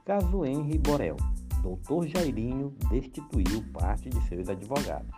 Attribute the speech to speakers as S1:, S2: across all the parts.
S1: Caso Henri Borel. Doutor Jairinho destituiu parte de seus advogados.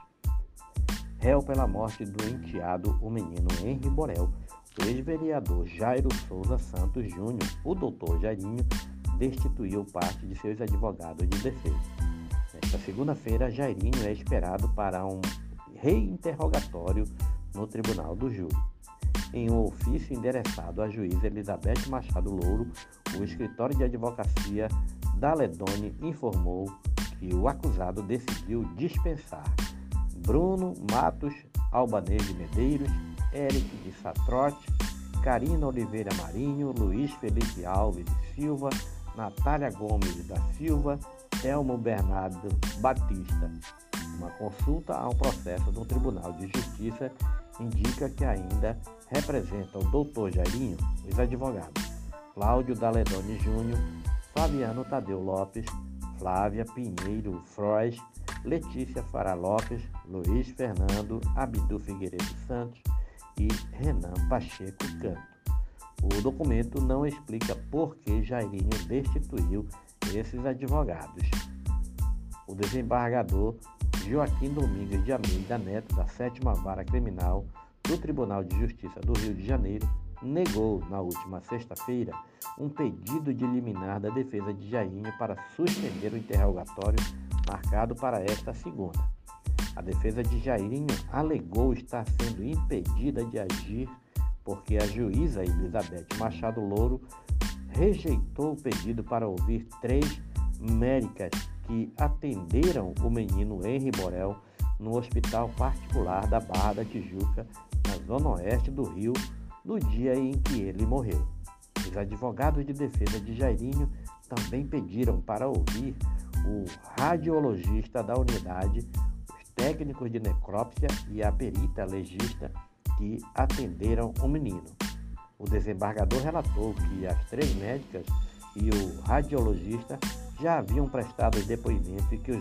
S1: Réu pela morte do enteado, o menino Henri Borel, o ex-vereador Jairo Souza Santos Júnior, o doutor Jairinho, destituiu parte de seus advogados de defesa. Nesta segunda-feira, Jairinho é esperado para um reinterrogatório no Tribunal do Júri. Em um ofício endereçado à juíza Elizabeth Machado Louro, o escritório de advocacia da Ledone informou que o acusado decidiu dispensar Bruno Matos Albanês de Medeiros, Eric de Satrote, Carina Oliveira Marinho, Luiz Felipe Alves de Silva, Natália Gomes da Silva, Elmo Bernardo Batista. Uma consulta ao processo do Tribunal de Justiça indica que ainda representam o doutor Jairinho os advogados Cláudio Daledoni Júnior, Fabiano Tadeu Lopes, Flávia Pinheiro Frois, Letícia Fara Lopes, Luiz Fernando Abdu Figueiredo Santos e Renan Pacheco Canto. O documento não explica por que Jairinho destituiu esses advogados. O desembargador Joaquim Domingues de Almeida Neto, da 7ª Vara Criminal do Tribunal de Justiça do Rio de Janeiro, negou, na última sexta-feira, um pedido de liminar da defesa de Jairinho para suspender o interrogatório marcado para esta segunda. A defesa de Jairinho alegou estar sendo impedida de agir porque a juíza Elizabeth Machado Louro rejeitou o pedido para ouvir 3 médicas que atenderam o menino Henri Borel no hospital particular da Barra da Tijuca, na zona oeste do Rio, no dia em que ele morreu. Os advogados de defesa de Jairinho também pediram para ouvir o radiologista da unidade, os técnicos de necrópsia e a perita legista que atenderam o menino. O desembargador relatou que as 3 médicas e o radiologista já haviam prestado depoimento e que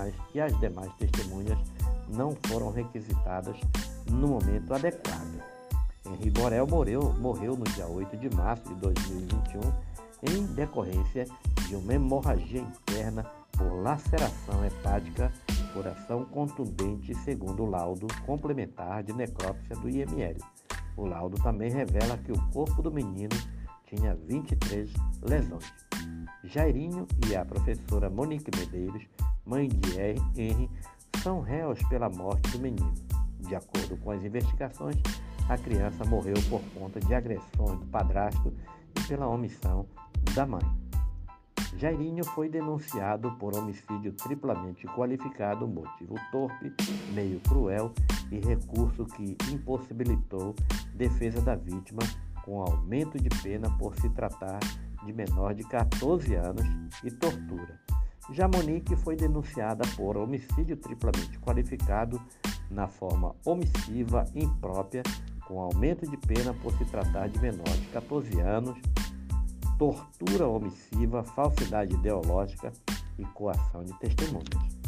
S1: as demais testemunhas não foram requisitadas no momento adequado. Henri Borel morreu no dia 8 de março de 2021 em decorrência de uma hemorragia interna por laceração hepática por ação contundente, segundo o laudo complementar de necrópsia do IML. O laudo também revela que o corpo do menino tinha 23 lesões. Jairinho e a professora Monique Medeiros, mãe de Henri, são réus pela morte do menino. De acordo com as investigações, a criança morreu por conta de agressões do padrasto e pela omissão da mãe. Jairinho foi denunciado por homicídio triplamente qualificado, motivo torpe, meio cruel e recurso que impossibilitou defesa da vítima, com aumento de pena por se tratar de menor de 14 anos e tortura. Já Monique foi denunciada por homicídio triplamente qualificado na forma omissiva imprópria, com aumento de pena por se tratar de menor de 14 anos, tortura omissiva, falsidade ideológica e coação de testemunhas.